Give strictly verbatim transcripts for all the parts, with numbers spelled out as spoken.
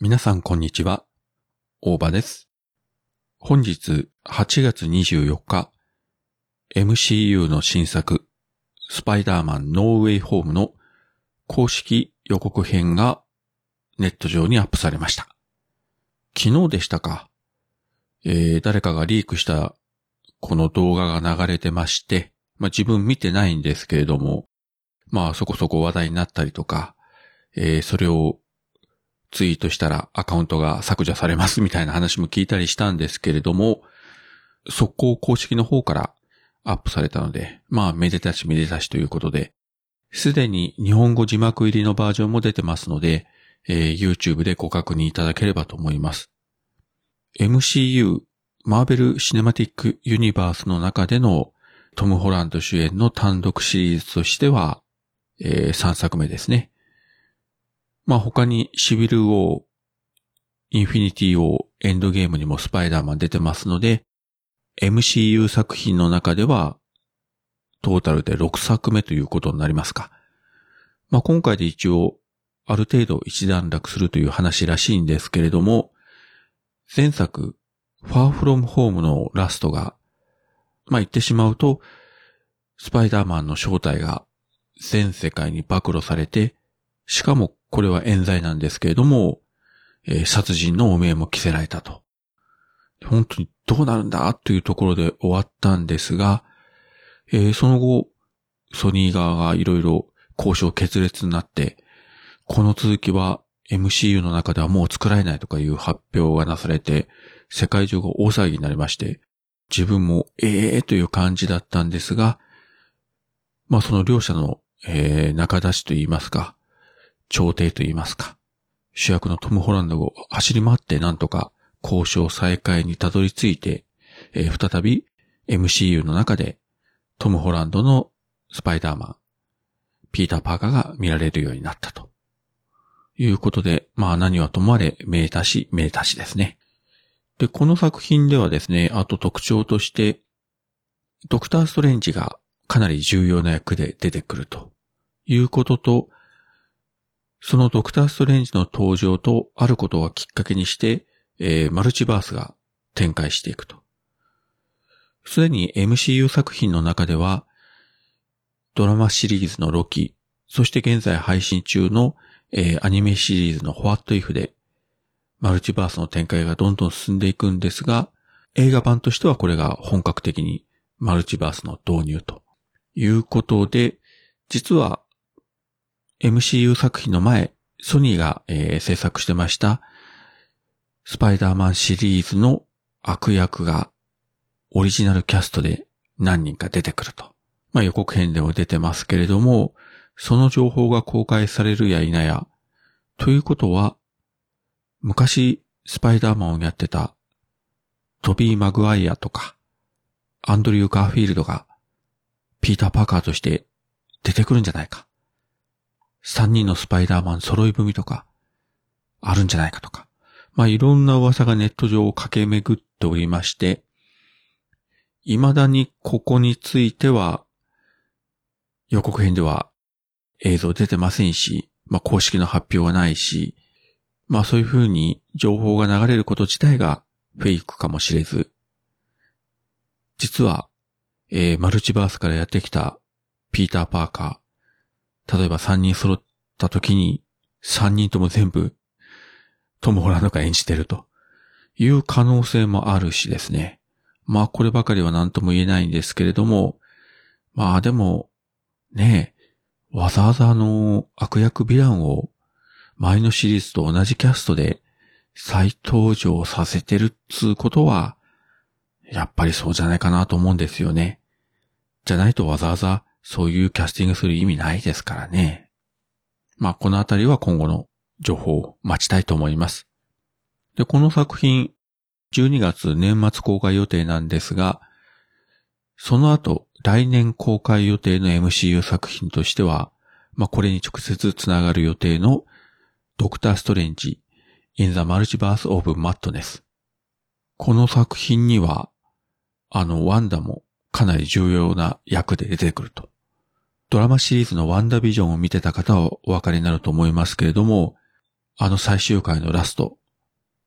皆さんこんにちは。大場です。本日はちがつにじゅうよっか、エムシーユー の新作、スパイダーマンノーウェイホームの公式予告編がネット上にアップされました。昨日でしたか、えー、誰かがリークしたこの動画が流れてまして、まあ、自分見てないんですけれども、まあそこそこ話題になったりとか、えー、それをツイートしたらアカウントが削除されますみたいな話も聞いたりしたんですけれども、速攻公式の方からアップされたので、まあめでたしめでたしということで、すでに日本語字幕入りのバージョンも出てますので、えー、YouTube でご確認いただければと思います。エムシーユー、マーベル・シネマティック・ユニバースの中でのトム・ホランド主演の単独シリーズとしては、えー、さんさくめですね。まあ他にシビル・ウォー、インフィニティ・ウォー、エンドゲームにもスパイダーマン出てますので、エムシーユー 作品の中ではトータルでろくさくめということになりますか。まあ今回で一応ある程度一段落するという話らしいんですけれども、前作ファーフロムホームのラストが、まあ言ってしまうとスパイダーマンの正体が全世界に暴露されて、しかもこれは冤罪なんですけれども、えー、殺人の汚名も着せられたと。本当にどうなるんだというところで終わったんですが、えー、その後、ソニー側がいろいろ交渉決裂になって、この続きは エムシーユー の中ではもう作られないとかいう発表がなされて、世界中が大騒ぎになりまして、自分もええーという感じだったんですが、まあその両者の、えー、仲出しといいますか、調停といいますか、主役のトム・ホランドを走り回ってなんとか交渉再開にたどり着いて、えー、再び エムシーユー の中でトム・ホランドのスパイダーマン、ピーター・パーカーが見られるようになったということで、まあ何はともあれめでたしめでたしですね。で、この作品ではですね、あと特徴としてドクター・ストレンジがかなり重要な役で出てくるということと、そのドクター・ストレンジの登場とあることがきっかけにして、えー、マルチバースが展開していくと。すでに エムシーユー 作品の中では、ドラマシリーズのロキ、そして現在配信中の、えー、アニメシリーズの What If で、マルチバースの展開がどんどん進んでいくんですが、映画版としてはこれが本格的にマルチバースの導入ということで、実はエムシーユー 作品の前、ソニーが、えー、制作してましたスパイダーマンシリーズの悪役がオリジナルキャストで何人か出てくると。まあ予告編でも出てますけれども、その情報が公開されるや否や、ということは、昔スパイダーマンをやってたトビー・マグワイアとかアンドリュー・ガーフィールドがピーター・パーカーとして出てくるんじゃないか。三人のスパイダーマン揃い踏みとかあるんじゃないかとか。まあいろんな噂がネット上を駆け巡っておりまして、未だにここについては予告編では映像出てませんし、まあ公式の発表はないし、まあそういう風に情報が流れること自体がフェイクかもしれず、実は、えー、マルチバースからやってきたピーター・パーカー、例えばさんにん揃った時にさんにんとも全部トム・ホランドが演じてるという可能性もあるしですね。まあこればかりは何とも言えないんですけれども、まあでもねえ、わざわざあの悪役ヴィランを前のシリーズと同じキャストで再登場させてるっつうことはやっぱりそうじゃないかなと思うんですよね。じゃないとわざわざそういうキャスティングする意味ないですからね。まあこのあたりは今後の情報を待ちたいと思います。で、この作品じゅうにがつ年末公開予定なんですが、その後来年公開予定の エムシーユー 作品としては、まあこれに直接つながる予定のドクター・ストレンジ in the Multiverse of Madness。この作品にはあのワンダもかなり重要な役で出てくると。ドラマシリーズのワンダビジョンを見てた方はお分かりになると思いますけれども、あの最終回のラスト、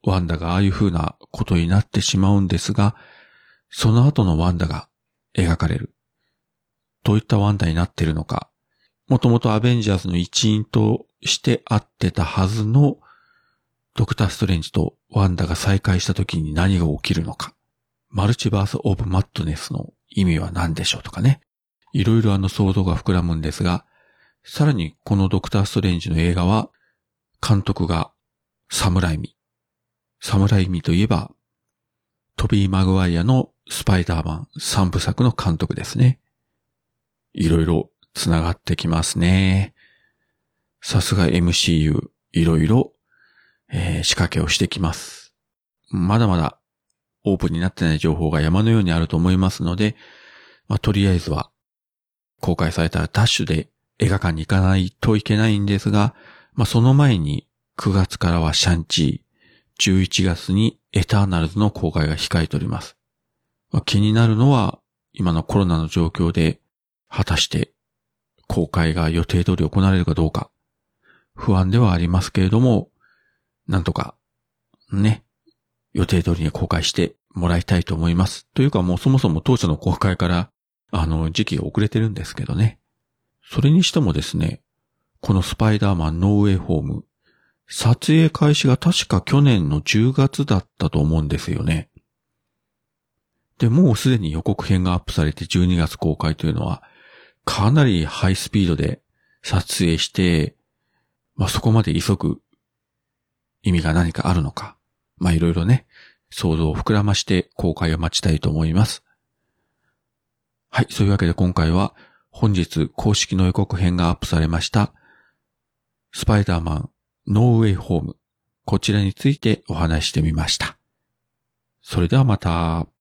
ワンダがああいう風なことになってしまうんですが、その後のワンダが描かれる。どういったワンダになっているのか。もともとアベンジャーズの一員として会ってたはずのドクターストレンジとワンダが再会した時に何が起きるのか。マルチバース・オブ・マッドネスの意味は何でしょうとかね。いろいろあの想像が膨らむんですが、さらにこのドクターストレンジの映画は、監督がサムライミ。サムライミといえば、トビー・マグワイアのスパイダーマンさんぶさくの監督ですね。いろいろ繋がってきますね。さすが エムシーユー、いろいろ、えー、仕掛けをしてきます。まだまだオープンになってない情報が山のようにあると思いますので、まあ、とりあえずは公開されたらダッシュで映画館に行かないといけないんですが、まあ、その前にくがつからはシャンチー、じゅういちがつにエターナルズの公開が控えております。まあ、気になるのは今のコロナの状況で果たして公開が予定通り行われるかどうか不安ではありますけれども、なんとかね、予定通りに公開してもらいたいと思います。というかもうそもそも当初の公開からあの時期が遅れてるんですけどね。それにしてもですね、このスパイダーマンノーウェイホーム、撮影開始が確か去年のじゅうがつだったと思うんですよね。で、もうすでに予告編がアップされてじゅうにがつ公開というのは、かなりハイスピードで撮影して、まあ、そこまで急ぐ意味が何かあるのか。まあ、いろいろね、想像を膨らまして公開を待ちたいと思います。はい、そういうわけで今回は本日公式の予告編がアップされましたスパイダーマンノーウェイホーム、こちらについてお話してみました。それではまた。